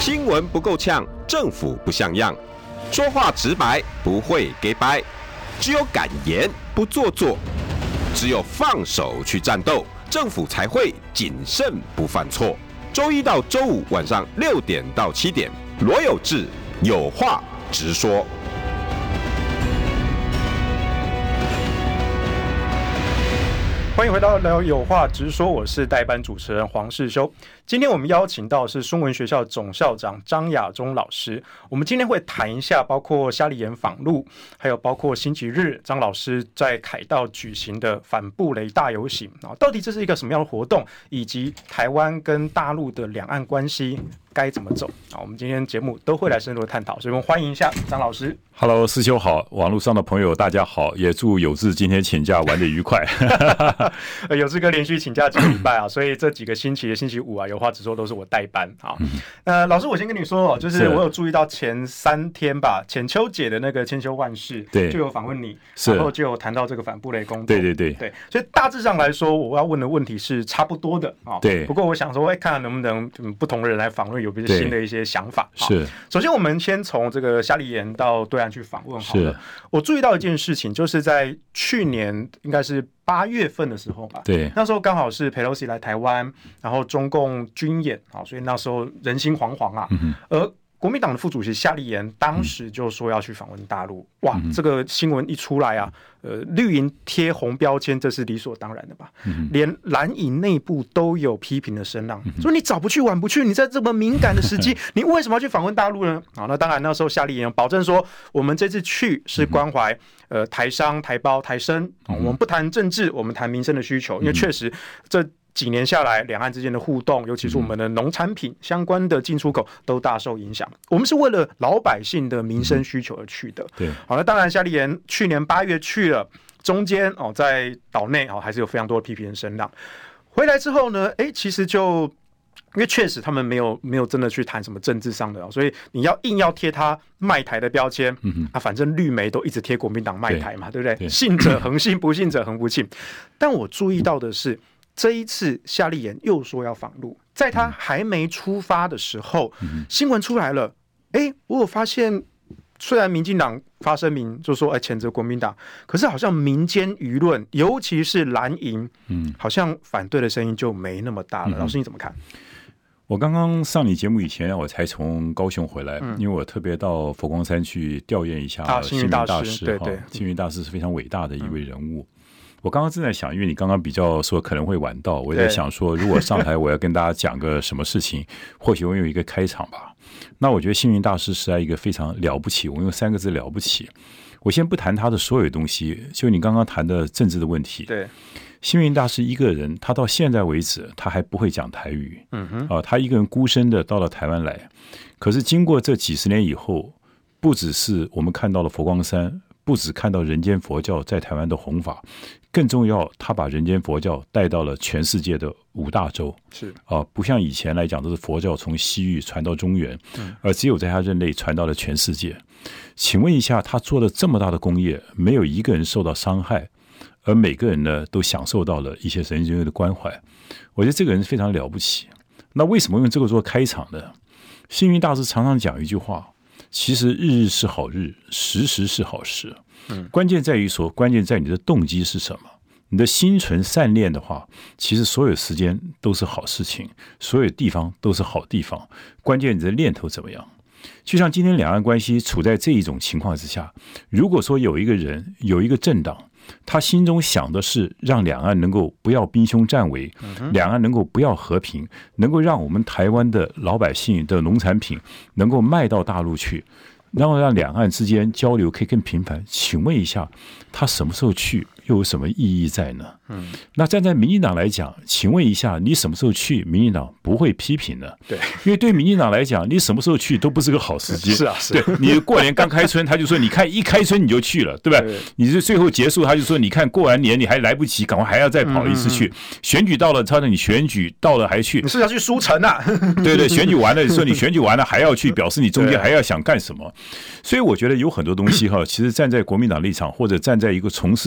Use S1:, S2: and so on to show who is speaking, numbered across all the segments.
S1: 新闻不够呛，政府不像样，说话直白，不会给掰，只有敢言不做作，只有放手去战斗，政府才会谨慎不犯错。周一到周五晚上6点到7点，罗有志有话直说。
S2: 欢迎回到聊有话直说，我是代班主持人黄世修。今天我们邀请到的是中文学校总校长张亚中老师。我们今天会谈一下包括夏立言访陆，还有包括星期日张老师在凯道举行的反布雷大游行到底这是一个什么样的活动，以及台湾跟大陆的两岸关系该怎么走我们今天节目都会来深入的探讨，所以我们欢迎一下张老师。
S3: Hello， 世修好，网络上的朋友大家好，也祝有志今天请假玩得愉快。
S2: 有志哥连续请假几个礼拜所以这几个星期的星期五有话直说都是我代班老师，我先跟你说就是我有注意到前3天吧，浅秋姐的那个千秋万世就有访问你，然后就有谈到这个反布雷公动，对，所以大致上来说，我要问的问题是差不多的对。不过我想说，看看能不能不同的人来访问，有比较新的一些想法。是，首先我们先从这个夏立言到对岸去访问好了。我注意到一件事情，就是在去年应该是8月份的时候吧，对，那时候刚好是佩洛西来台湾，然后中共军演所以那时候人心惶惶而国民党的副主席夏立言当时就说要去访问大陆，哇，这个新闻一出来绿营贴红标签，这是理所当然的吧？连蓝营内部都有批评的声浪，说你早不去晚不去，你在这么敏感的时机，你为什么要去访问大陆呢？那当然那时候夏立言保证说，我们这次去是关怀台商、台胞、台生，我们不谈政治，我们谈民生的需求，因为确实这几年下来，两岸之间的互动，尤其是我们的农产品相关的进出口都大受影响。我们是为了老百姓的民生需求而去的。对，好，那当然，夏立言去年8月去了，中间在岛内还是有非常多的批评声浪。回来之后呢，其实就因为确实他们没有真的去谈什么政治上的，所以你硬要贴他卖台的标签，反正绿媒都一直贴国民党卖台嘛，对不对？信者恒信，不信者恒不信。但我注意到的是，这一次夏立言又说要访陆，在他还没出发的时候，新闻出来了，我有发现，虽然民进党发声明就说谴责国民党，可是好像民间舆论，尤其是蓝营，好像反对的声音就没那么大了。老师你怎么看？
S3: 我刚刚上你节目以前，我才从高雄回来，因为我特别到佛光山去吊唁一下星云大师。对，星云大师是非常伟大的一位人物。我刚刚正在想，因为你刚刚比较说可能会晚到，我在想说，如果上台我要跟大家讲个什么事情，或许我有一个开场吧。那我觉得星云大师实在一个非常了不起，我用3个字了不起。我先不谈他的所有东西，就你刚刚谈的政治的问题。对，星云大师一个人，他到现在为止他还不会讲台语。他一个人孤身的到了台湾来，可是经过这几10年以后，不只是我们看到了佛光山，不只看到人间佛教在台湾的弘法，更重要，他把人间佛教带到了全世界的5大洲。是不像以前来讲都是佛教从西域传到中原，而只有在他任内传到了全世界。请问一下，他做了这么大的工业，没有一个人受到伤害，而每个人呢都享受到了一些人间的关怀，我觉得这个人非常了不起。那为什么用这个做开场呢？星云大师常常讲一句话，其实日日是好日，时时是好时。关键在于你的动机是什么。你的心存善念的话，其实所有时间都是好事情，所有地方都是好地方，关键你的念头怎么样。就像今天两岸关系处在这一种情况之下，如果说有一个人有一个政党，他心中想的是让两岸能够不要兵凶战危，两岸能够不要和平，能够让我们台湾的老百姓的农产品能够卖到大陆去，然后让两岸之间交流可以更频繁，请问一下，他什么时候去，又有什么意义在呢？那站在民进党来讲，请问一下，你什么时候去，民进党不会批评呢？对，因为对民进党来讲，你什么时候去都不是个好时机。是啊，对，你过年刚开春，他就说你看一开春你就去了，对吧？你是最后结束，他就说你看过完年你还来不及，赶快还要再跑一次去。选举到了，他说你选举到了还去，
S2: 你是要去书城啊？
S3: 对，选举完了，说你选举完了还要去，表示你中间还要想干什么？所以我觉得有很多东西其实站在国民党立场，或者站在一个从事两岸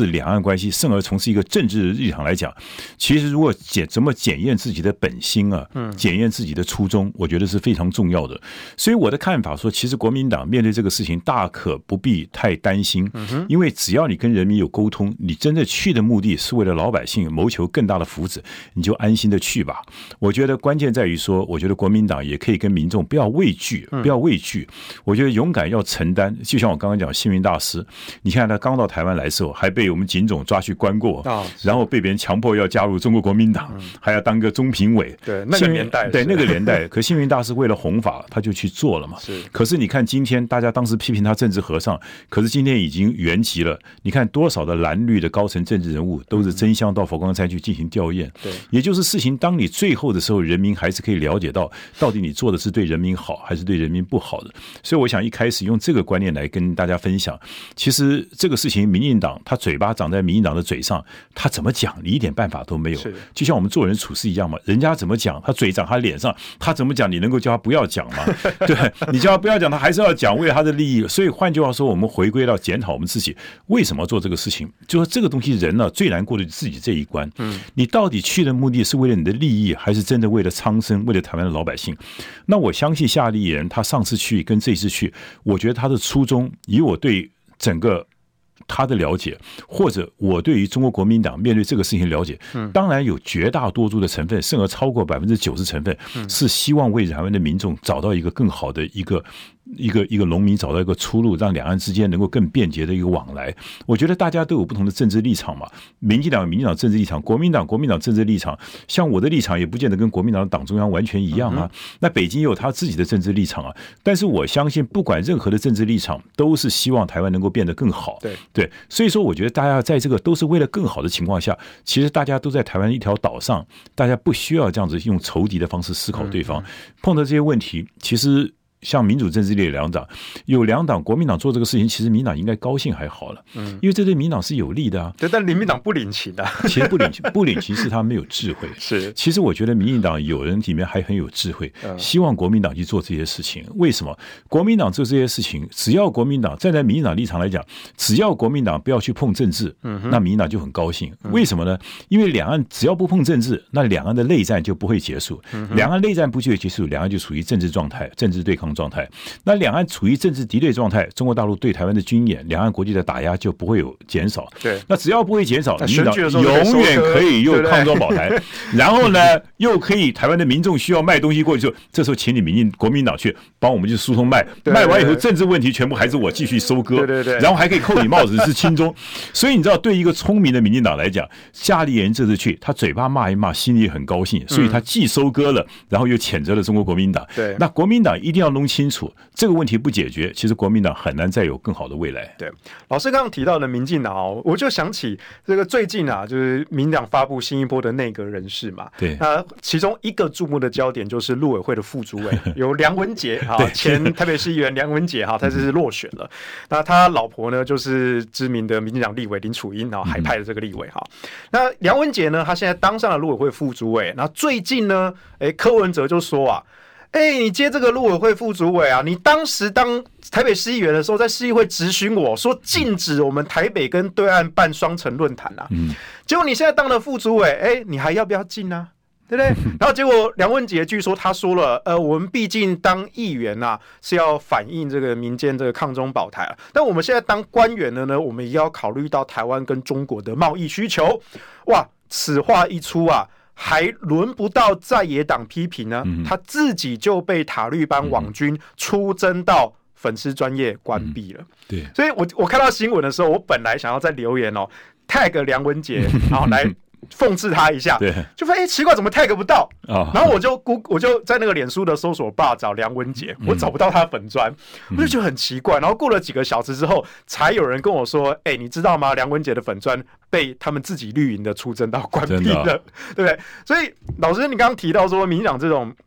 S3: 关系，甚而从事一个政治的立场来讲，其实如果怎么检验自己的本心啊，检验自己的初衷，我觉得是非常重要的。所以我的看法说，其实国民党面对这个事情大可不必太担心，因为只要你跟人民有沟通，你真的去的目的是为了老百姓谋求更大的福祉，你就安心的去吧。我觉得关键在于说，我觉得国民党也可以跟民众不要畏惧，不要畏惧。我觉得勇敢要承担，就像我刚刚讲星云大师，你看他刚到台湾来的时候，还被我们警总抓去关过，然后被别人强迫要加入中国国民党，还要当个中评委。
S2: 对，那个年代，
S3: 对那个年代，可星云大师为了弘法，他就去做了嘛。可是你看今天，大家当时批评他政治和尚，可是今天已经圆寂了。你看多少的蓝绿的高层政治人物都是争相到佛光山去进行吊唁。
S2: 对，
S3: 也就是事情当你最后的时候，人民还是可以了解到，到底你做的是对人民好还是对人民不好的。所以我想一开始用这个观念来跟大家分享，其实这个事情民进党他嘴巴长在民进党的嘴上，他怎么讲你一点办法都没有。就像我们做人处事一样嘛，人家怎么讲他嘴长他脸上，他怎么讲你能够叫他不要讲吗？对，你叫他不要讲他还是要讲，为了他的利益。所以换句话说，我们回归到检讨我们自己为什么做这个事情，就是这个东西人呢最难过的自己这一关。你到底去的目的是为了你的利益，还是真的为了苍生，为了台湾的老百姓？那我相信夏立言他上次去跟这次去，我觉得他的初衷，以我对整个他的了解，或者我对于中国国民党面对这个事情了解，当然有绝大多数的成分，甚而超过90%成分，是希望为台湾的民众找到一个更好的一个农民找到一个出路，让两岸之间能够更便捷的一个往来。我觉得大家都有不同的政治立场嘛，民进党有民进党政治立场，国民党政治立场，像我的立场也不见得跟国民党的党中央完全一样啊。那北京也有他自己的政治立场啊。但是我相信，不管任何的政治立场，都是希望台湾能够变得更好。对，所以说我觉得大家在这个都是为了更好的情况下，其实大家都在台湾一条岛上，大家不需要这样子用仇敌的方式思考对方。碰到这些问题，其实像民主政治力的两党，有两党，国民党做这个事情，其实民党应该高兴还好了，因为这对民党是有利的啊。
S2: 对，但民党不领情啊。
S3: 其实不领情是他没有智慧。
S2: 是，
S3: 其实我觉得民进党有人里面还很有智慧，希望国民党去做这些事情。为什么？国民党做这些事情，只要国民党站在民进党立场来讲，只要国民党不要去碰政治，那民进党就很高兴。为什么呢？因为两岸只要不碰政治，那两岸的内战就不会结束。两岸内战不就会结束，两岸就处于政治状态，政治对抗状态。那两岸处于政治敌对状态，中国大陆对台湾的军演，两岸国际的打压就不会有减少。
S2: 对，
S3: 那只要不会减少，民进党永远可以又抗中保台，然后呢，又可以台湾的民众需要卖东西过去，这时候请你国民党去帮我们去疏通卖，卖完以后政治问题全部还是我继续收割，然后还可以扣你帽子是亲中。所以你知道，对一个聪明的民进党来讲，夏立言这次去，他嘴巴骂一骂，心里也很高兴，所以他既收割了，然后又谴责了中国国民党。
S2: 对，
S3: 那国民党一定要弄清楚，这个问题不解决，其实国民党很难再有更好的未来。
S2: 对，老师刚刚提到的民进党，我就想起这个最近啊，就是民党发布新一波的内阁人事嘛。
S3: 对，
S2: 那其中一个注目的焦点就是陆委会的副主委有梁文杰啊，前台北市议员梁文杰哈，他这是落选了。那他老婆呢，就是知名的民进党立委林楚英啊，海派的这个立委哈。那梁文杰呢，他现在当上了陆委会副主委。那最近呢，柯文哲就说啊，你接这个陆委会副主委啊，你当时当台北市议员的时候，在市议会质询我说禁止我们台北跟对岸办双城论坛啊，结果你现在当了副主委，你还要不要进啊？对不对？然后结果梁文杰据说他说了，我们毕竟当议员啊是要反映这个民间这个抗中保台啊，但我们现在当官员了呢，我们也要考虑到台湾跟中国的贸易需求。哇，此话一出啊，还轮不到在野党批评呢，他自己就被塔利班网军出征到粉丝专页关闭了。
S3: 对，
S2: 所以我看到新闻的时候，我本来想要在留言tag 梁文杰，然后来讽刺他一下，就发现奇怪，怎么 tag 不到？然后我就在那个脸书的搜索 bar 找梁文杰，我找不到他的粉专，我就觉得很奇怪。然后过了几个小时之后，才有人跟我说：“你知道吗？梁文杰的粉专被他们自己绿营的出征到关闭了，对不对？”所以老师，你刚刚提到说，民进党这种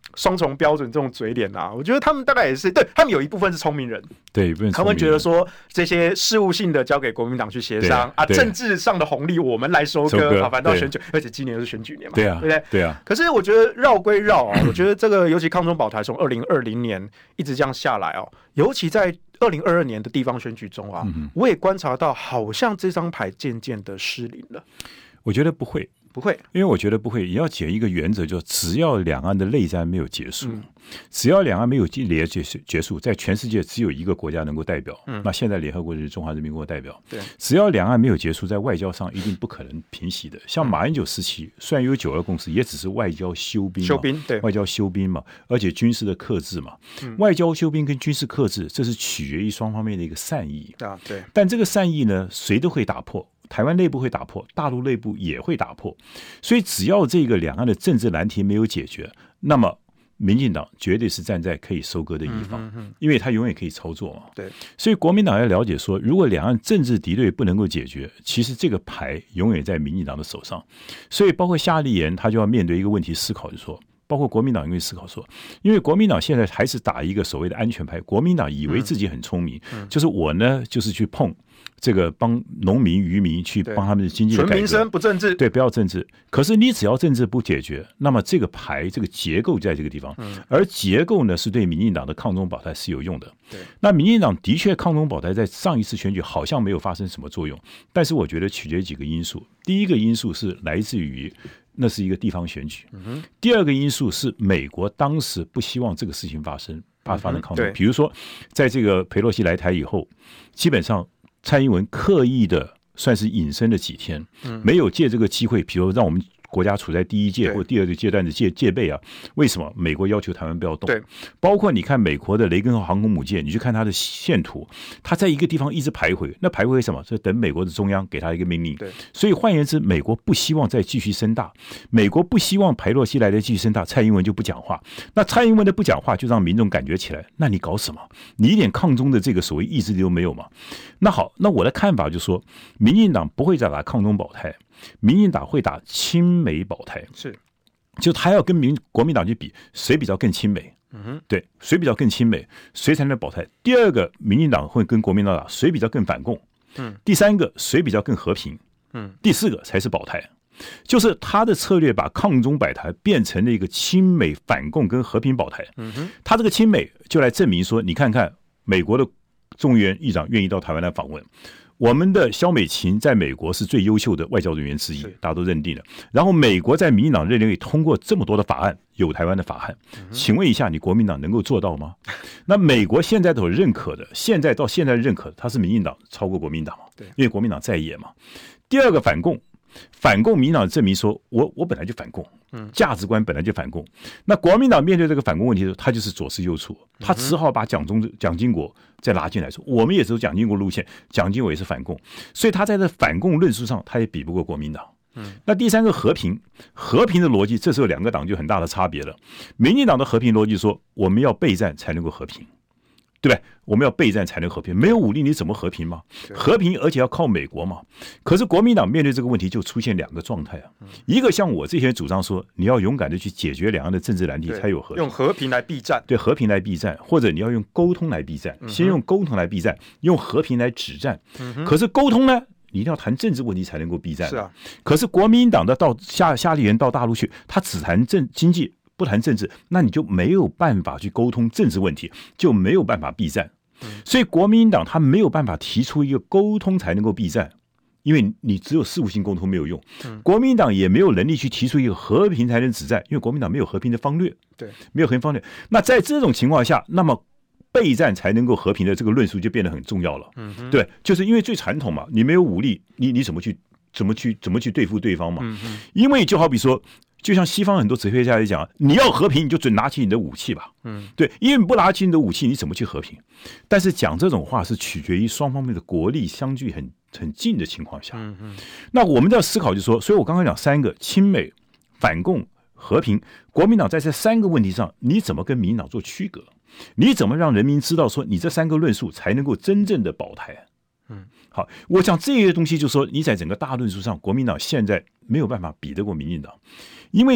S2: 双重标准这种嘴脸啊，我觉得他们大概也是对他们有一部分是聪明人，
S3: 对，
S2: 他们觉得说这些事务性的交给国民党去协商啊，政治上的红利我们来收割啊，反正到选举，而且今年又是选举年嘛，对不对？
S3: 对啊。
S2: 可是我觉得绕归绕啊，我觉得这个尤其抗中保台从2020年一直这样下来哦，尤其在2022年的地方选举中啊，我也观察到好像这张牌渐渐的失灵了。
S3: 我觉得不会，因为我觉得不会。也要解一个原则，就只要两岸的内战没有结束，只要两岸没有结束，在全世界只有一个国家能够代表，那现在联合国是中华人民共和国代表。
S2: 对，
S3: 只要两岸没有结束，在外交上一定不可能平息的。像马英九时期，虽然有9·2共识，也只是外交休兵，
S2: 对，
S3: 外交休兵嘛，而且军事的克制嘛，外交休兵跟军事克制，这是取决于双方面的一个善意
S2: 啊。对，
S3: 但这个善意呢，谁都会打破。台湾内部会打破，大陆内部也会打破，所以只要这个两岸的政治难题没有解决，那么民进党绝对是站在可以收割的一方，因为他永远可以操作嘛。
S2: 对，
S3: 所以国民党要了解说，如果两岸政治敌对不能够解决，其实这个牌永远在民进党的手上。所以包括夏立言，他就要面对一个问题思考，就是说，包括国民党因为思考说，因为国民党现在还是打一个所谓的安全牌，国民党以为自己很聪明，就是我呢就是去碰这个帮农民渔民去帮他们的经济的改革，
S2: 纯民生不政治，
S3: 对，不要政治。可是你只要政治不解决，那么这个牌这个结构在这个地方，而结构呢是对民进党的抗中保台是有用的。
S2: 对，
S3: 那民进党的确抗中保台在上一次选举好像没有发生什么作用，但是我觉得取决于几个因素。第一个因素是来自于那是一个地方选举，第二个因素是美国当时不希望这个事情发生抗中。比如说在这个裴洛西来台以后，基本上蔡英文刻意的算是隐身了几天，没有借这个机会，比如让我们国家处在第一届或第二个阶段的戒备啊。为什么美国要求台湾不要动？
S2: 对，
S3: 包括你看美国的雷根号航空母舰，你去看它的线图，它在一个地方一直徘徊，那徘徊什么？是等美国的中央给他一个命令。
S2: 对，
S3: 所以换言之，美国不希望再继续升大，美国不希望裴洛西来的继续升大，蔡英文就不讲话。那蔡英文的不讲话，就让民众感觉起来，那你搞什么？你一点抗中的这个所谓意志力都没有嘛？那好，那我的看法就是说，民进党不会再打抗中保台。民进党会打亲美保台，
S2: 是，
S3: 就他要跟国民党去比，谁比较更亲美？对，谁比较更亲美，谁才能保台？第二个，民进党会跟国民党打，谁比较更反共？第三个，谁比较更和平？第四个才是保台。就是他的策略把抗中保台变成了一个亲美反共跟和平保台。他这个亲美就来证明说，你看看美国的众议院议长愿意到台湾来访问。我们的萧美琴在美国是最优秀的外交人员之一，大家都认定了。然后美国在民进党任内通过这么多的法案，有台湾的法案，请问一下，你国民党能够做到吗？那美国现在都认可的，现在认可的，它是民进党超过国民党嘛？对，因为国民党在野嘛。第二个反共，民进党证明说我本来就反共，价值观本来就反共。那国民党面对这个反共问题的时候，他就是左思右绌，他只好把蒋经国再拉进来说，我们也是蒋经国路线，蒋经国也是反共，所以他在这反共论述上，他也比不过国民党。那第三个和平的逻辑，这时候两个党就很大的差别了。民进党的和平逻辑说，我们要备战才能够和平。对不对？我们要备战才能和平，没有武力你怎么和平吗？和平而且要靠美国嘛。可是国民党面对这个问题就出现两个状态啊，一个像我这些主张说，你要勇敢的去解决两岸的政治难题才有和平，
S2: 用和平来避战，
S3: 对，和平来避战，或者你要用沟通来避战，先用沟通来避战，用和平来止战。可是沟通呢？你一定要谈政治问题才能够避战。
S2: 是啊。
S3: 可是国民党的到夏立言到大陆去，他只谈经济。不谈政治，那你就没有办法去沟通政治问题，就没有办法避战。所以国民党他没有办法提出一个沟通才能够避战，因为你只有事务性沟通没有用。国民党也没有能力去提出一个和平才能止战，因为国民党没有和平的方略。
S2: 对，
S3: 没有和平方略。那在这种情况下，那么备战才能够和平的这个论述就变得很重要了。对，就是因为最传统嘛，你没有武力，你怎么去对付对方嘛？因为就好比说。就像西方很多哲学家来讲，你要和平，你就准拿起你的武器吧。对，因为你不拿起你的武器，你怎么去和平？但是讲这种话是取决于双方面的国力相距很近的情况下。那我们要思考就是说，所以我刚刚讲三个：亲美、反共、和平。国民党在这三个问题上，你怎么跟民进党做区隔？你怎么让人民知道说，你这三个论述才能够真正的保台？好，我想这些东西就是说，你在整个大论述上，国民党现在没有办法比得过民进党，因为你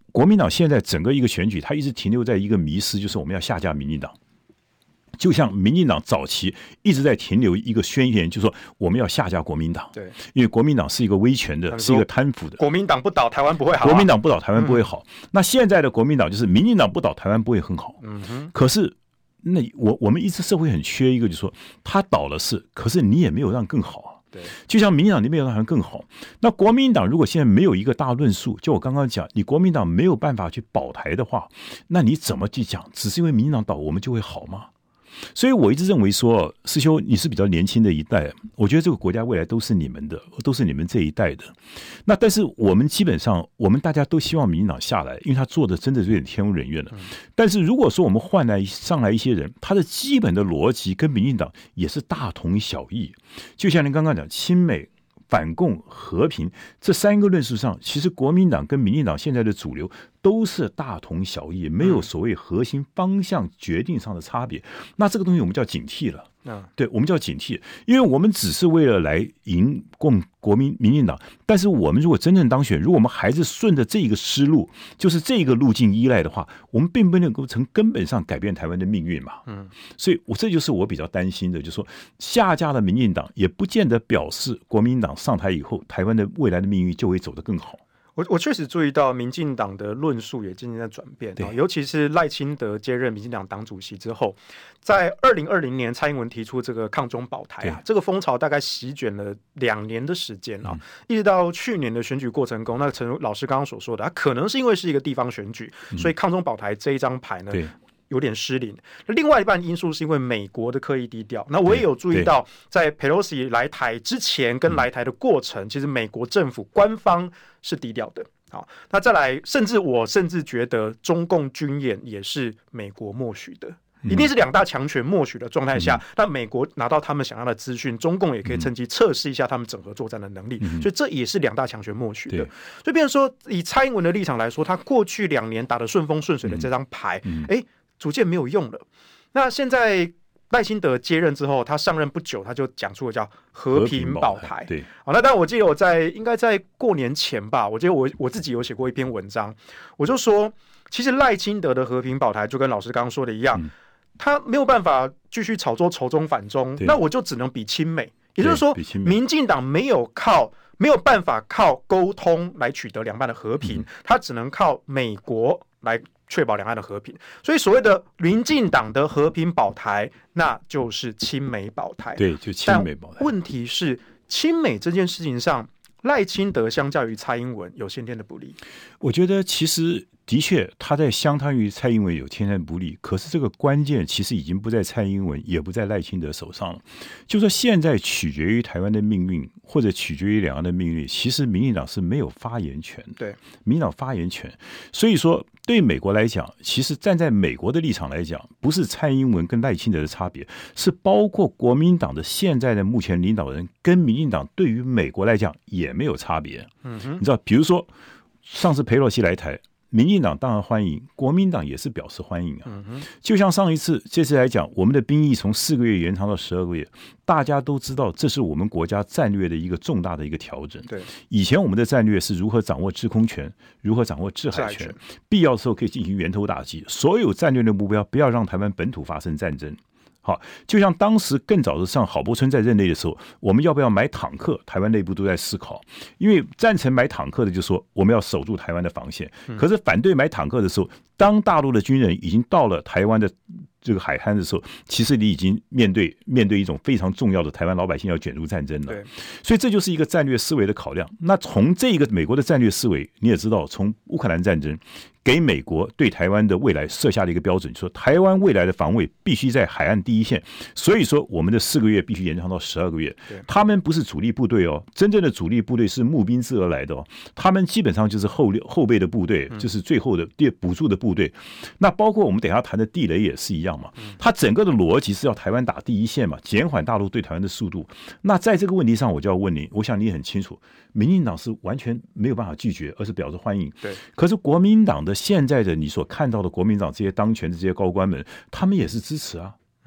S3: 国民党现在整个一个选举，他一直停留在一个迷思，就是我们要下架民进党。就像民进党早期一直在停留一个宣言，就是说我们要下架国民党。
S2: 对，
S3: 因为国民党是一个威权的，是一个贪腐的。
S2: 国民党不倒，台湾不会好。
S3: 国民党不倒，台湾不会好。那现在的国民党就是民进党不倒，台湾不会很好。可是那我们一直社会很缺一个，就是说他倒了是，可是你也没有让更好啊。
S2: 对，
S3: 就像民进党你没有让它更好，那国民党如果现在没有一个大论述，就我刚刚讲，你国民党没有办法去保台的话，那你怎么去讲？只是因为民进党倒，我们就会好吗？所以我一直认为说，师兄你是比较年轻的一代，我觉得这个国家未来都是你们的，都是你们这一代的。那但是我们基本上，我们大家都希望民进党下来，因为他做的真的有点天无人怨了。但是如果说我们换来上来一些人，他的基本的逻辑跟民进党也是大同小异，就像您刚刚讲亲美、反共、和平这三个论述上，其实国民党跟民进党现在的主流都是大同小异，没有所谓核心方向决定上的差别。那这个东西我们叫警惕了。对，我们叫警惕，因为我们只是为了来赢民进党，但是我们如果真正当选，如果我们还是顺着这个思路，就是这个路径依赖的话，我们并不能够从根本上改变台湾的命运嘛。所以这就是我比较担心的，就是说下架了民进党，也不见得表示国民党上台以后，台湾的未来的命运就会走得更好。
S2: 我确实注意到民进党的论述也渐渐在转变，尤其是赖清德接任民进党党主席之后，在2020年蔡英文提出这个抗中保台这个风潮大概席卷了2年的时间一直到去年的选举过程中，那陈老师刚刚所说的，可能是因为是一个地方选举，所以抗中保台这一张牌呢有点失灵。另外一半因素是因为美国的刻意低调。那我也有注意到，在 Pelosi 来台之前跟来台的过程，其实美国政府官方是低调的。好，那再来，我甚至觉得中共军演也是美国默许的。一定是2大强权默许的状态下，那美国拿到他们想要的资讯，中共也可以趁机测试一下他们整合作战的能力，所以这也是2大强权默许的。所以变成说，以蔡英文的立场来说，他过去2年打得顺风顺水的这张牌，逐渐没有用了。那现在赖清德接任之后，他上任不久，他就讲出了叫和平保台。
S3: 对，
S2: 好，那但我记得应该在过年前吧，我记得我自己有写过一篇文章，我就说，其实赖清德的和平保台就跟老师刚刚说的一样，他没有办法继续炒作仇中反中，那我就只能比亲美，也就是说，民进党没有办法靠沟通来取得两岸的和平，他只能靠美国来确保两岸的和平，所以所谓的民进党的和平保台，那就是亲美保台。
S3: 对，就亲美保台。
S2: 但问题是，亲美这件事情上，赖清德相较于蔡英文有先天的不利。
S3: 我觉得其实的确，他在相当于蔡英文有天然不利，可是这个关键其实已经不在蔡英文，也不在赖清德手上了。就说现在取决于台湾的命运，或者取决于两岸的命运，其实民进党是没有发言权。
S2: 对，
S3: 民进党发言权，所以说对美国来讲，其实站在美国的立场来讲，不是蔡英文跟赖清德的差别，是包括国民党的现在的目前领导人跟民进党对于美国来讲也没有差别。你知道，比如说上次裴洛西来台，民进党当然欢迎，国民党也是表示欢迎啊。就像这次来讲，我们的兵役从4个月延长到12个月，大家都知道这是我们国家战略的一个重大的一个调整。
S2: 对，
S3: 以前我们的战略是如何掌握制空权，如何掌握制海权，必要的时候可以进行源头打击，所有战略的目标不要让台湾本土发生战争。好，就像当时更早的上郝柏村在任内的时候，我们要不要买坦克，台湾内部都在思考。因为赞成买坦克的就说我们要守住台湾的防线，可是反对买坦克的时候，当大陆的军人已经到了台湾的这个海滩的时候，其实你已经面对一种非常重要的台湾老百姓要卷入战争了。所以这就是一个战略思维的考量。那从这个美国的战略思维，你也知道，从乌克兰战争给美国对台湾的未来设下了一个标准，说台湾未来的防卫必须在海岸第一线，所以说我们的4个月必须延长到12个月。他们不是主力部队哦，真正的主力部队是募兵制而来的哦，他们基本上就是后备的部队，就是最后的补助的部队。那包括我们等一下谈的地雷也是一样嘛，它整个的逻辑是要台湾打第一线嘛，减缓大陆对台湾的速度。那在这个问题上，我就要问你，我想你很清楚，民进党是完全没有办法拒绝，而是表示欢迎。
S2: 对，
S3: 可是国民党的现在的你所看到的国民党这些当权的这些高官们，他们也是支持啊。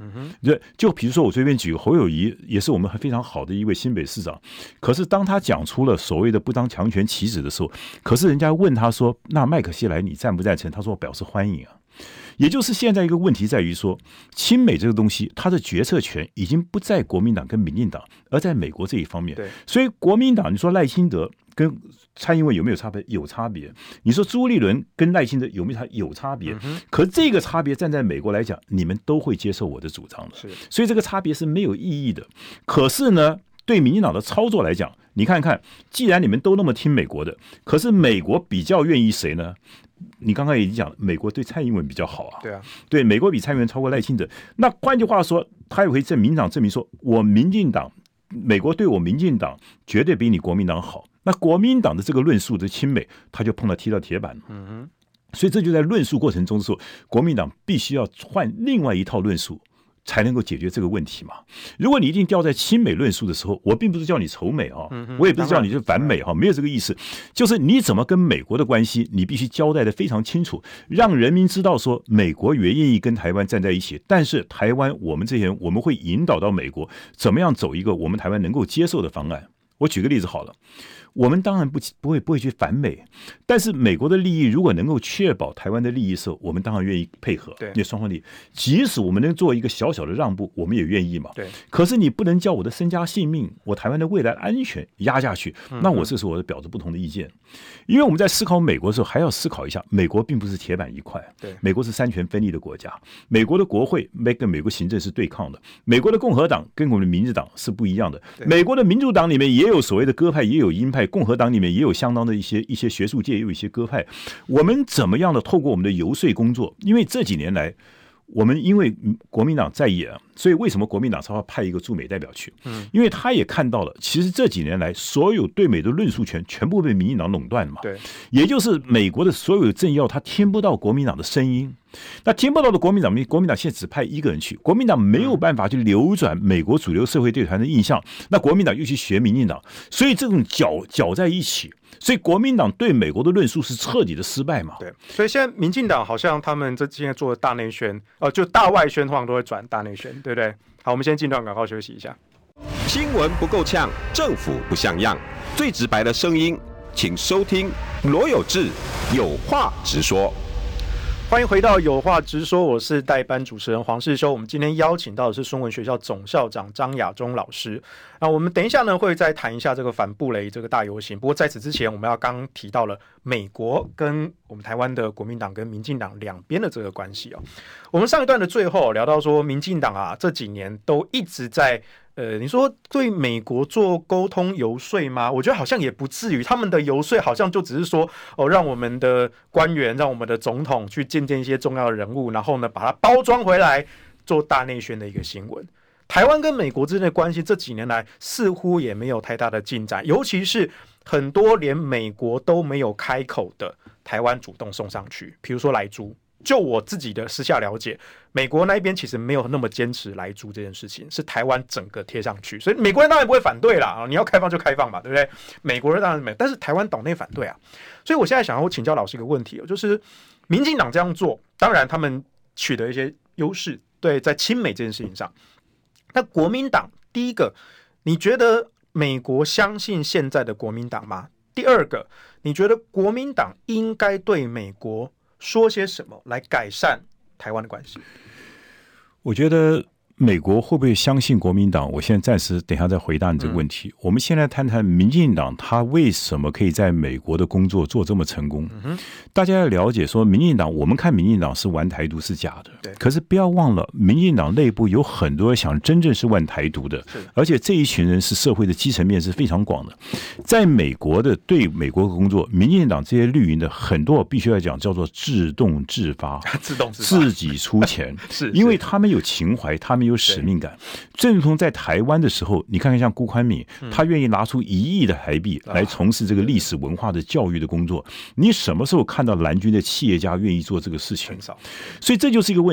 S3: 就比如说我随便举个侯友宜，也是我们非常好的一位新北市长，可是当他讲出了所谓的不当强权旗帜的时候，可是人家问他说，那麦克锡来你赞不赞成？他说表示欢迎啊。也就是现在一个问题在于说，亲美这个东西，它的决策权已经不在国民党跟民进党，而在美国这一方面。所以国民党，你说赖清德跟蔡英文有没有差别？有差别。你说朱立伦跟赖清德有没有有差别？可这个差别站在美国来讲，你们都会接受我的主张的。所以这个差别是没有意义的。可是呢，对民进党的操作来讲，你看看，既然你们都那么听美国的，可是美国比较愿意谁呢？你刚刚已经讲，美国对蔡英文比较好啊，对，美国比蔡英文超过赖清德。那换句话说，他也会证明说，我民进党，美国对我民进党绝对比你国民党好。那国民党的这个论述的亲美，他就踢到铁板了。所以这就在论述过程中的时候，国民党必须要换另外一套论述，才能够解决这个问题嘛。如果你一定掉在亲美论述的时候，我并不是叫你仇美啊，我也不是叫你是反美哈，没有这个意思。就是你怎么跟美国的关系，你必须交代的非常清楚，让人民知道说美国也愿意跟台湾站在一起，但是台湾我们这些人，我们会引导到美国怎么样走一个我们台湾能够接受的方案。我举个例子好了。我们当然不会去反美，但是美国的利益如果能够确保台湾的利益的时候，我们当然愿意配合。因为双方利益，即使我们能做一个小小的让步，我们也愿意嘛。可是你不能叫我的身家性命，我台湾的未来安全压下去，那我这时候我表示不同的意见。因为我们在思考美国的时候，还要思考一下，美国并不是铁板一块，美国是三权分立的国家，美国的国会跟美国行政是对抗的，美国的共和党跟我们的民主党是不一样的，美国的民主党里面也有所谓的鸽派，也有鹰派。共和党里面也有相当的一些学术界，也有一些鸽派。我们怎么样的透过我们的游说工作？因为这几年来，我们因为国民党在野啊，所以为什么国民党才要派一个驻美代表去？因为他也看到了，其实这几年来，所有对美的论述权全部被民进党垄断了嘛。也就是美国的所有政要，他听不到国民党的声音。那听不到的国民党现在只派一个人去，国民党没有办法去扭转美国主流社会对台的印象，那国民党又去学民进党，所以这种搅在一起，所以国民党对美国的论述是彻底的失败嘛。
S2: 所以现在民进党好像他们现在做的大内宣，就大外宣通常都会转大内宣，对不对？好，我们先进段广告休息一下。
S1: 新闻不够呛，政府不像样，最直白的声音，请收听罗有志有话直说。
S2: 欢迎回到有话直说，我是代班主持人黄世修。我们今天邀请到的是孙文学校总校长张亚中老师。那我们等一下呢会再谈一下这个反布雷这个大游行。不过在此之前，我们要刚提到了美国跟我们台湾的国民党跟民进党两边的这个关系哦。我们上一段的最后聊到说，民进党啊这几年都一直在你说对美国做沟通游说吗？我觉得好像也不至于，他们的游说好像就只是说让我们的官员，让我们的总统去见见一些重要的人物，然后呢把它包装回来做大内宣的一个新闻。台湾跟美国之间的关系这几年来似乎也没有太大的进展，尤其是很多连美国都没有开口的，台湾主动送上去，比如说莱猪。就我自己的私下了解，美国那一边其实没有那么坚持莱猪这件事情，是台湾整个贴上去，所以美国人当然不会反对啦，你要开放就开放嘛，对不对？美国人当然没有，但是台湾岛内反对啊。所以我现在想要请教老师一个问题，就是民进党这样做，当然他们取得一些优势，对，在亲美这件事情上。那国民党，第一个，你觉得美国相信现在的国民党吗？第二个，你觉得国民党应该对美国说些什么来改善台湾的关系？
S3: 我觉得美国会不会相信国民党？我现在暂时等一下再回答你这个问题。我们现在谈谈民进党，他为什么可以在美国的工作做这么成功？大家要了解说，民进党，我们看民进党是玩台独是假的，可是不要忘了，民进党内部有很多想真正是玩台独的，而且这一群人是社会的基层面是非常广的。在美国的对美国的工作，民进党这些绿营的很多，我必须要讲叫做自动自发，自己出钱，因为他们有情怀，他们有使命感。正如同在台湾的时候，你看看像辜宽敏，他愿意拿出1亿的台币来从事这个历史文化的教育的工作。你什么时候看到蓝军的企业家愿意做这个事情？所以这就是一个问题。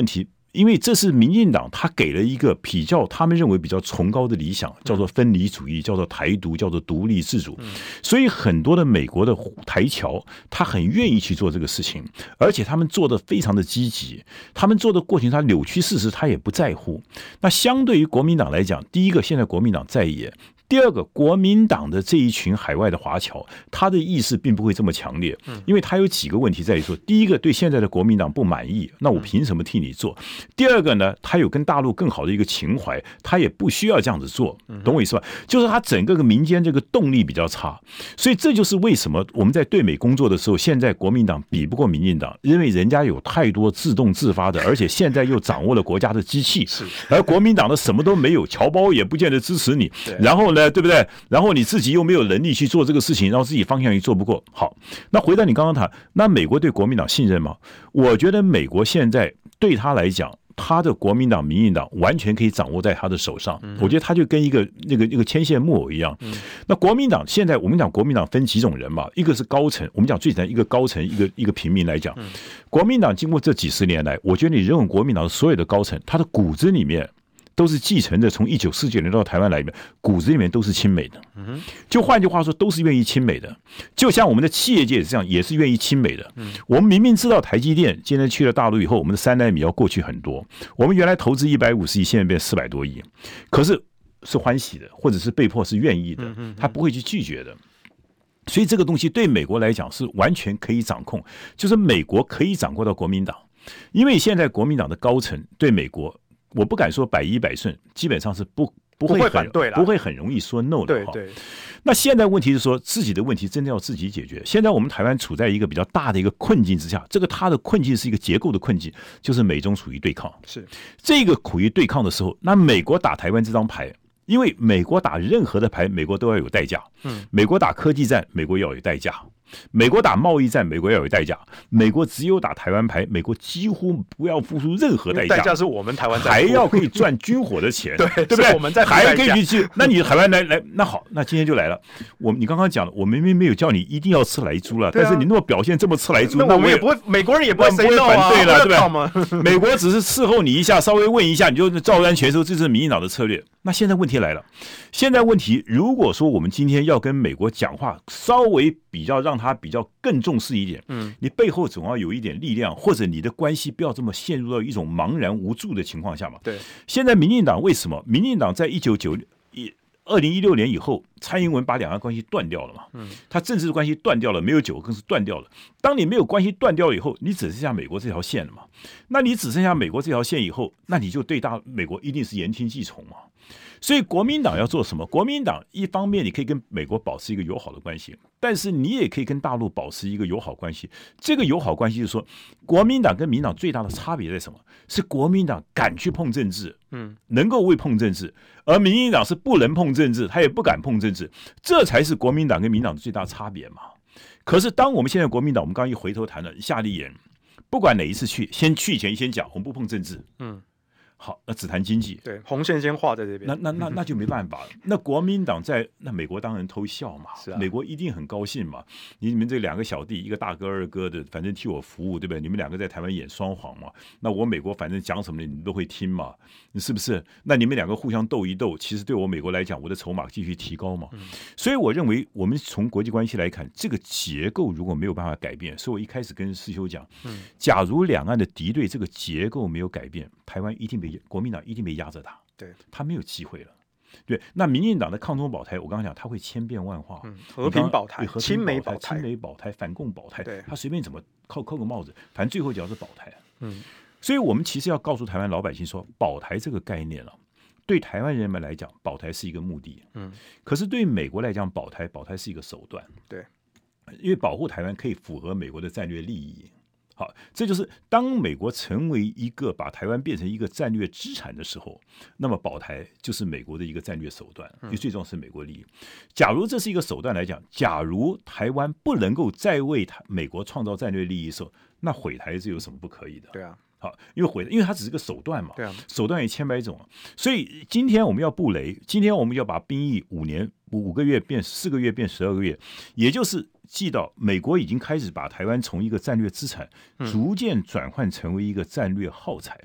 S3: 因为这是民进党他给了一个比较他们认为比较崇高的理想，叫做分离主义，叫做台独，叫做独立自主。所以很多的美国的台侨他很愿意去做这个事情，而且他们做的非常的积极，他们做的过程他扭曲事实他也不在乎。那相对于国民党来讲，第一个现在国民党在野，第二个，国民党的这一群海外的华侨，他的意识并不会这么强烈，因为他有几个问题在于说，第一个，对现在的国民党不满意，那我凭什么替你做？第二个呢，他有跟大陆更好的一个情怀，他也不需要这样子做，懂我意思吧？就是他整个民间这个动力比较差，所以这就是为什么我们在对美工作的时候，现在国民党比不过民进党，因为人家有太多自动自发的，而且现在又掌握了国家的机器，而国民党的什么都没有，侨胞也不见得支持你，然后呢？对不对？然后你自己又没有能力去做这个事情，然后自己方向也做不过。好，那回到你刚刚谈，那美国对国民党信任吗？我觉得美国现在对他来讲，他的国民党、民进党完全可以掌握在他的手上。我觉得他就跟一个牵线木偶一样。那国民党现在我们讲国民党分几种人嘛？一个是高层，我们讲最简单一个高层，一个平民来讲，国民党经过这几十年来，我觉得你认为国民党所有的高层，他的骨子里面。都是继承的，从1949年到台湾来的，骨子里面都是亲美的。就换句话说，都是愿意亲美的。就像我们的企业界也是这样，也是愿意亲美的。我们明明知道台积电今天去了大陆以后，我们的3奈米要过去很多。我们原来投资150亿，现在变400多亿，可是是欢喜的，或者是被迫是愿意的，他不会去拒绝的。所以这个东西对美国来讲是完全可以掌控，就是美国可以掌握到国民党，因为现在国民党的高层对美国。我不敢说100%顺，基本上是不会反对了，不会很容易说 no 的。对。那现在问题是说，自己的问题真的要自己解决。现在我们台湾处在一个比较大的一个困境之下，这个它的困境是一个结构的困境，就是美中处于对抗。
S2: 是
S3: 这个处于对抗的时候，那美国打台湾这张牌。因为美国打任何的牌，美国都要有代价。美国打科技战，美国要有代价。美国打贸易战，美国要有代价。美国只有打台湾牌，美国几乎不要付出任何代价。
S2: 代价是我们台湾
S3: 还要可以赚军火的钱，
S2: 对
S3: 不对？
S2: 我们在
S3: 还可以去。那你台湾来，那好，那今天就来了。你刚刚讲了，我明明没有叫你一定要吃莱猪了，但是你那么表现这么吃莱猪，
S2: 那我们也不会，美国人也不会
S3: 反对了，对吧？美国只是伺候你一下，稍微问一下，你就照单全收，这是民进党的策略。那现在问题来了，现在问题如果说我们今天要跟美国讲话，稍微比较让他比较更重视一点，你背后总要有一点力量，或者你的关系不要这么陷入到一种茫然无助的情况下嘛。
S2: 对，
S3: 现在民进党为什么？民进党在2016年以后，蔡英文把两岸关系断掉了嘛？他政治关系断掉了，没有9个更是断掉了。当你没有关系断掉以后，你只剩下美国这条线了嘛？那你只剩下美国这条线以后，那你就对美国一定是言听计从嘛？所以国民党要做什么？国民党一方面你可以跟美国保持一个友好的关系，但是你也可以跟大陆保持一个友好关系。这个友好关系就是说，国民党跟民党最大的差别在什么？是国民党敢去碰政治，能够为碰政治，而民进党是不能碰政治，他也不敢碰政治，这才是国民党跟民党的最大差别嘛。可是当我们现在国民党，我们刚刚一回头谈了夏立言，不管哪一次去，先去前先讲，我们不碰政治，好，那只谈经济，
S2: 对，红线先画在这边，
S3: 那就没办法了。那国民党那美国当然偷笑嘛，
S2: 是啊，
S3: 美国一定很高兴嘛。你们这2个小弟，一个大哥二哥的，反正替我服务，对不对？你们2个在台湾演双簧嘛，那我美国反正讲什么你们都会听嘛，是不是？那你们2个互相斗一斗，其实对我美国来讲，我的筹码继续提高嘛。所以我认为，我们从国际关系来看，这个结构如果没有办法改变，所以我一开始跟世修讲，假如两岸的敌对这个结构没有改变，台湾一定国民党一定被压着打，
S2: 对，
S3: 他没有机会了。对，那民进党的抗中保台，我刚刚讲他会千变万化，
S2: 和平保台、亲美保
S3: 台、反共保台，他随便怎么扣个帽子，反正最后只要是保台。所以我们其实要告诉台湾老百姓说，保台这个概念了，对台湾人们来讲，保台是一个目的，可是对美国来讲，保台是一个手段，
S2: 对，
S3: 因为保护台湾可以符合美国的战略利益。好，这就是当美国成为一个把台湾变成一个战略资产的时候，那么保台就是美国的一个战略手段，因为最重要是美国利益。假如这是一个手段来讲，假如台湾不能够再为美国创造战略利益的时候，那毁台是有什么不可以的？
S2: 对啊。
S3: 好，因为它只是个手段嘛，
S2: 对啊，
S3: 手段也千百种，所以今天我们要布雷，今天我们要把兵役5个月变4个月变12个月，也就是记到美国已经开始把台湾从一个战略资产逐渐转换成为一个战略耗材了。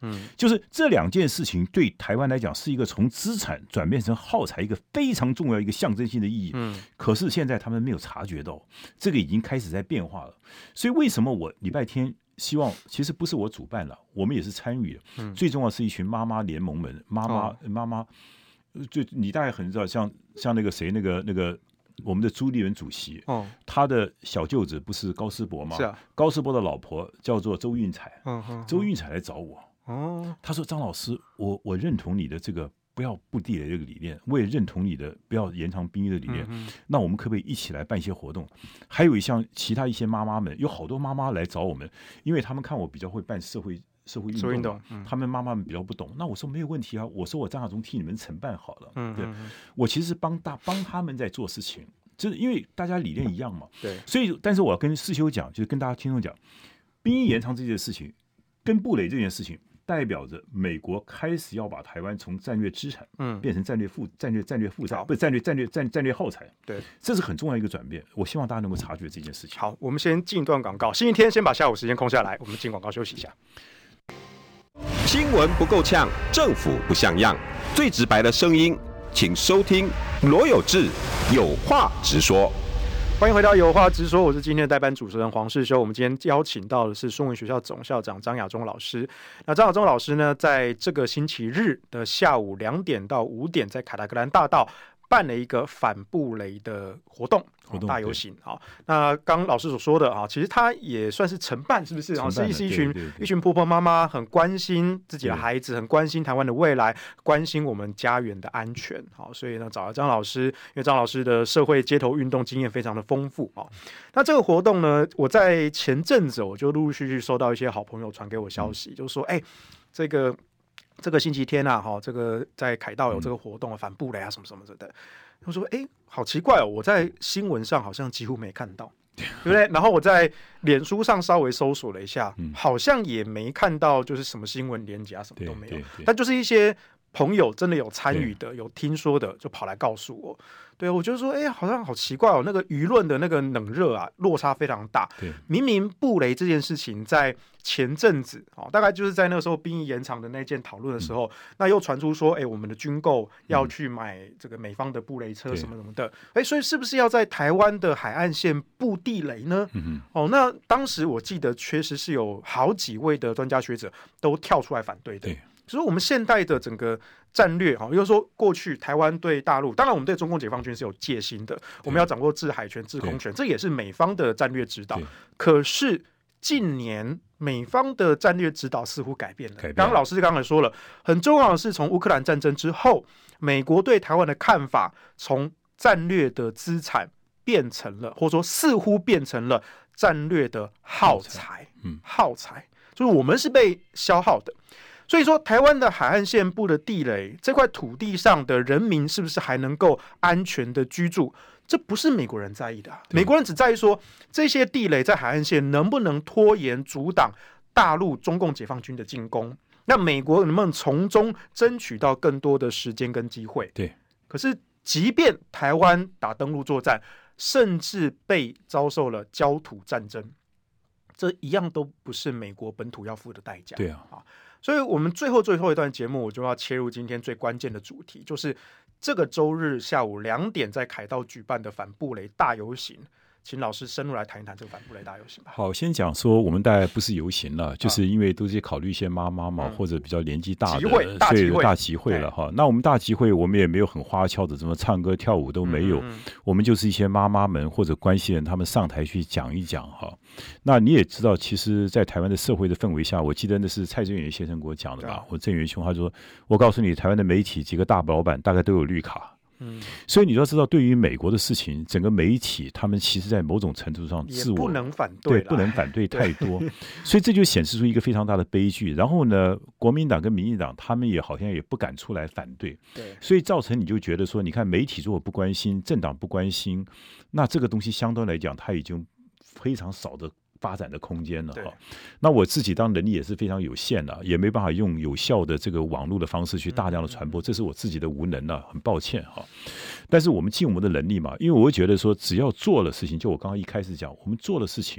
S3: 就是这2件事情对台湾来讲是一个从资产转变成耗材一个非常重要一个象征性的意义。可是现在他们没有察觉到，这个已经开始在变化了。所以为什么我礼拜天希望，其实不是我主办了，我们也是参与的。最重要是一群妈妈联盟们，妈妈，就你大概很知道，像那个谁，那个我们的朱立伦主席，他的小舅子不是高思博吗？是啊，高思博的老婆叫做周运彩，周运彩来找我，他说张老师，我认同你的这个不要布地雷这个理念，我也认同你的不要延长兵役的理念，那我们可不可以一起来办一些活动？还有其他一些妈妈们，有好多妈妈来找我们，因为他们看我比较会办社会运动，他们妈妈们比较不懂。那我说没有问题啊，我说我张亚中替你们承办好了。对，我其实是帮他们在做事情，就是因为大家理念一样嘛。对，所以但是我要跟世修讲，就是跟大家听众讲，兵役延长这件事情跟布雷这件事情，代表着美国开始要把台湾从战略资产变成战略负债，不是战略耗材。对，这是很重要一个转变。我希望大家能够察觉这件事情。
S2: 好，我们先进一段广告。星期天先把下午时间空下来，我们进广告休息一下。
S1: 新闻不够呛，政府不像样，最直白的声音，请收听罗有志有话直说。
S2: 欢迎回到有话直说，我是今天的代班主持人黄世修。我们今天邀请到的是孙文学校总校长张亚中老师。那张亚中老师呢，在这个星期日的下午2点到5点，在凯达格兰大道办了一个反布雷的活动大游行。好，那刚老师所说的啊，其实他也算是承办，是不是？是一群婆婆妈妈很关心自己的孩子，很关心台湾的未来，关心我们家园的安全。好，所以呢，找了张老师，因为张老师的社会街头运动经验非常的丰富。好，那这个活动呢，我在前阵子我就陆陆续续收到一些好朋友传给我消息，就说，这个星期天啊，这个在凯道有这个活动反布雷啊，什么什么的。他说：“好奇怪哦，我在新闻上好像几乎没看到，对不对？然后我在脸书上稍微搜索了一下，好像也没看到，就是什么新闻连结啊，什么都没有。但就是一些朋友真的有参与的、有听说的，就跑来告诉我。对，我就说，好像好奇怪哦，那个舆论的那个冷热啊，落差非常大。明明布雷这件事情在前阵子，大概就是在那个时候兵役延长的那件讨论的时候，那又传出说，我们的军购要去买这个美方的布雷车什么什么的，所以是不是要在台湾的海岸线布地雷呢？那当时我记得确实是有好几位的专家学者都跳出来反对的。所以我们现代的整个战略，也就是说，过去台湾对大陆，当然我们对中共解放军是有戒心的，我们要掌握制海权、制空权，这也是美方的战略指导。可是近年美方的战略指导似乎改变了。刚刚老师刚才说了，很重要的是从乌克兰战争之后，美国对台湾的看法从战略的资产变成了，或者说似乎变成了战略的耗材。耗材就是我们是被消耗的。所以说，台湾的海岸线部的地雷，这块土地上的人民是不是还能够安全的居住？这不是美国人在意的。美国人只在意说，这些地雷在海岸线能不能拖延阻挡大陆中共解放军的进攻？那美国能不能从中争取到更多的时间跟机会？对。可是，即便台湾打登陆作战，甚至被遭受了焦土战争，这一样都不是美国本土要付的代价。对啊。所以我们最后一段节目，我就要切入今天最关键的主题，就是这个周日下午2点在凯道举办的反布雷大游行。请老师深入来谈一谈这个反布雷大游行吧。
S3: 好，先讲说我们大概不是游行了，就是因为都是考虑一些妈妈嘛，或者比较年纪大的，所以大集会了哈。那我们大集会，我们也没有很花俏的，什么唱歌跳舞都没有，我们就是一些妈妈们或者关系人，他们上台去讲一讲哈。那你也知道，其实，在台湾的社会的氛围下，我记得那是蔡正元先生给我讲的吧？我正元兄他说，我告诉你，台湾的媒体几个大老板大概都有绿卡。所以你要知道，对于美国的事情，整个媒体他们其实在某种程度上自我
S2: 也不能反对，
S3: 不能反对太多，所以这就显示出一个非常大的悲剧。然后呢，国民党跟民进党他们也好像也不敢出来反对，所以造成你就觉得说，你看媒体如果不关心，政党不关心，那这个东西相对来讲，它已经非常少的发展的空间了。那我自己当能力也是非常有限的，也没办法用有效的这个网络的方式去大量的传播，这是我自己的无能了，很抱歉哈。但是我们尽我们的能力嘛，因为我会觉得说，只要做了事情，就我刚刚一开始讲，我们做的事情，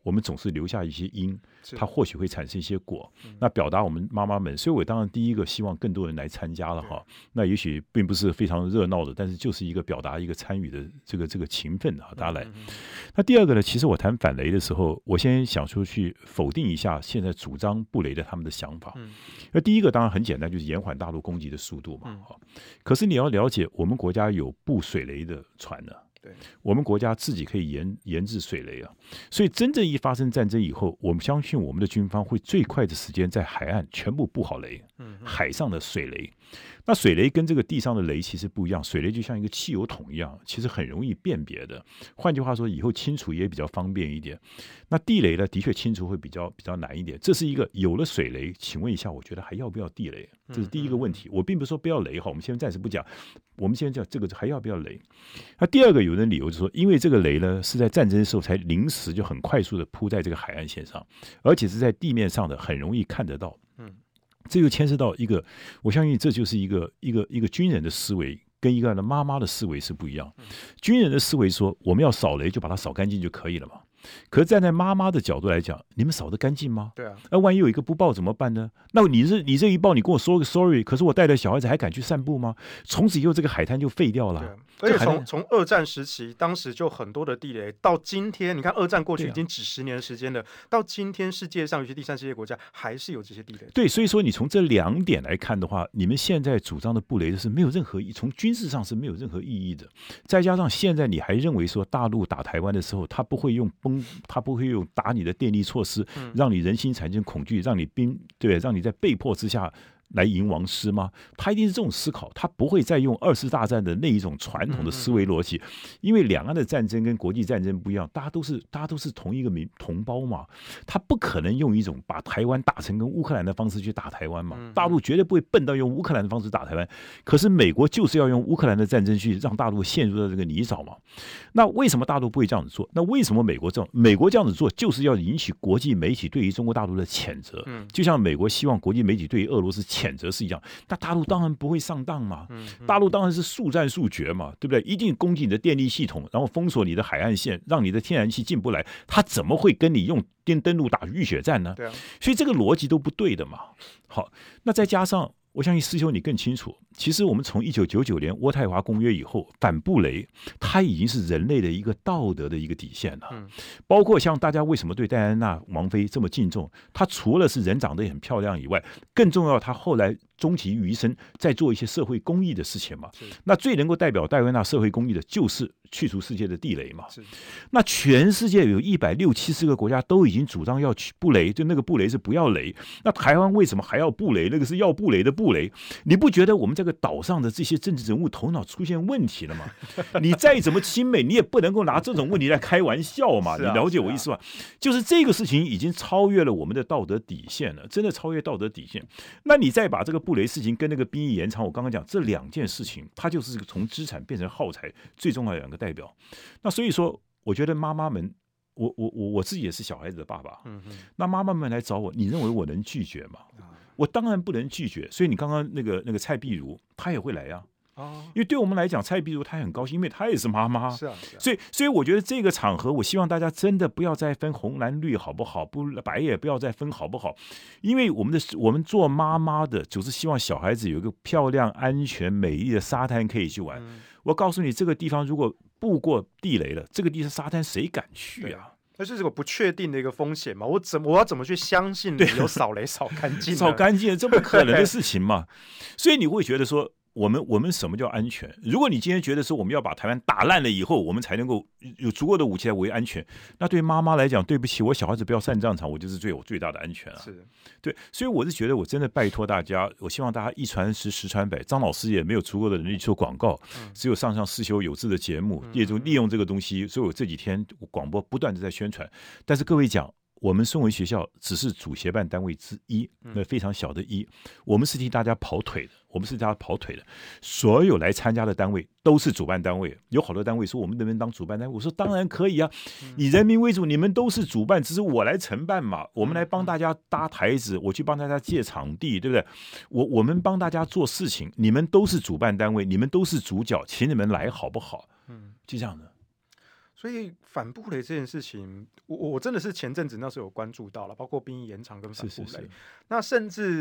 S3: 我们总是留下一些因，它或许会产生一些果。那表达我们妈妈们，所以我当然第一个希望更多人来参加了哈。那也许并不是非常热闹的，但是就是一个表达一个参与的这个情分啊，大家来。那第二个呢，其实我谈反雷的时候，我先想出去否定一下现在主张不雷的他们的想法。那第一个当然很简单，就是延缓大陆攻击的速度嘛。可是你要了解，我们国家有布水雷的船呢。
S2: 对，
S3: 我们国家自己可以研制水雷啊，所以真正一发生战争以后，我们相信我们的军方会最快的时间在海岸全部布好雷，海上的水雷。那水雷跟这个地上的雷其实不一样，水雷就像一个汽油桶一样，其实很容易辨别的。换句话说，以后清除也比较方便一点。那地雷呢，的确清除会比较难一点。这是一个有了水雷，请问一下，我觉得还要不要地雷？这是第一个问题。我并不是说不要雷哈，我们现在暂时不讲。我们现在讲这个还要不要雷？那第二个有人理由就是说，因为这个雷呢是在战争的时候才临时就很快速的铺在这个海岸线上，而且是在地面上的，很容易看得到。这就牵涉到一个，我相信这就是一个军人的思维跟一个妈妈的思维是不一样。军人的思维说，我们要扫雷就把它扫干净就可以了嘛。可是站在妈妈的角度来讲，你们扫得干净吗？
S2: 对啊，
S3: 那万一有一个不报怎么办呢？那你这一报，你跟我说个 sorry， 可是我带着小孩子还敢去散步吗？从此以后这个海滩就废掉了。
S2: 而且从二战时期，当时就很多的地雷，到今天，你看二战过去已经几十年的时间了，到今天世界上有些第三世界国家还是有这些地雷。
S3: 对，所以说你从这两点来看的话，你们现在主张的布雷是没有任何意义，从军事上是没有任何意义的。再加上现在你还认为说大陆打台湾的时候，他不会用打你的电力措施，让你人心产生恐惧，让你在被迫之下来迎王师吗？他一定是这种思考，他不会再用二次大战的那一种传统的思维逻辑，因为两岸的战争跟国际战争不一样，大家都是同一个同胞嘛，他不可能用一种把台湾打成跟乌克兰的方式去打台湾嘛，大陆绝对不会笨到用乌克兰的方式打台湾，可是美国就是要用乌克兰的战争去让大陆陷入到这个泥沼嘛。那为什么大陆不会这样子做？那为什么美国这样子做，就是要引起国际媒体对于中国大陆的谴责，就像美国希望国际媒体对于俄罗斯谴责是一样，那大陆当然不会上当嘛，大陆当然是速战速决嘛，对不对？一定攻击你的电力系统，然后封锁你的海岸线，让你的天然气进不来，他怎么会跟你用电登陆打浴血战呢？
S2: 对啊，
S3: 所以这个逻辑都不对的嘛。好，那再加上我相信师兄你更清楚，其实我们从1999年渥太华公约以后，反布雷它已经是人类的一个道德的一个底线了。包括像大家为什么对戴安娜王妃这么敬重，她除了是人长得也很漂亮以外，更重要她后来终其余生在做一些社会公益的事情嘛。那最能够代表戴安娜社会公益的就是去除世界的地雷嘛。那全世界有160-170个国家都已经主张要去布雷，就那个布雷是不要雷，那台湾为什么还要布雷？那个是要布雷的布雷，你不觉得我们这个岛上的这些政治人物头脑出现问题了吗？你再怎么亲美，你也不能够拿这种问题来开玩笑嘛。你了解我意思吧？就是这个事情已经超越了我们的道德底线了，真的超越道德底线。那你再把这个布雷事情跟那个兵役延长，我刚刚讲这两件事情，它就是从资产变成耗材最重要的两个代表。那所以说，我觉得妈妈们，我自己也是小孩子的爸爸，那妈妈们来找我，你认为我能拒绝吗？我当然不能拒绝，所以你刚刚那个蔡碧如，她也会来啊。因为对我们来讲，蔡碧如她很高兴，因为她也是妈妈。
S2: 是啊。
S3: 所以我觉得这个场合，我希望大家真的不要再分红蓝绿好不好，不白也不要再分好不好，因为我们做妈妈的，就是希望小孩子有一个漂亮、安全、美丽的沙滩可以去玩。我告诉你，这个地方如果布过地雷了，这个地方沙滩谁敢去啊？
S2: 那是这个不确定的一个风险嘛？我要怎么去相信有扫雷扫干净？
S3: 扫干净，这不可能的事情嘛。所以你会觉得说，我们什么叫安全？如果你今天觉得说我们要把台湾打烂了以后，我们才能够有足够的武器来维安全，那对妈妈来讲，对不起，我小孩子不要上战场，我就是我最大的安全啊。
S2: 是，
S3: 对，所以我是觉得我真的拜托大家，我希望大家一传十，十传百。张老师也没有足够的能力做广告，只有上世修有志的节目，利用这个东西，所以我这几天广播不断的在宣传。但是各位讲，我们松文学校只是主协办单位之一，那非常小的一，我们是替大家跑腿的。所有来参加的单位都是主办单位，有好多单位说我们能不能当主办单位？我说当然可以啊，以人民为主，你们都是主办，只是我来承办嘛。我们来帮大家搭台子，我去帮大家借场地，对不对？我们帮大家做事情，你们都是主办单位，你们都是主角，请你们来好不好？就这样的。
S2: 所以反布雷这件事情，我真的是前阵子那时候有关注到了，包括兵役延长跟反布雷，那甚至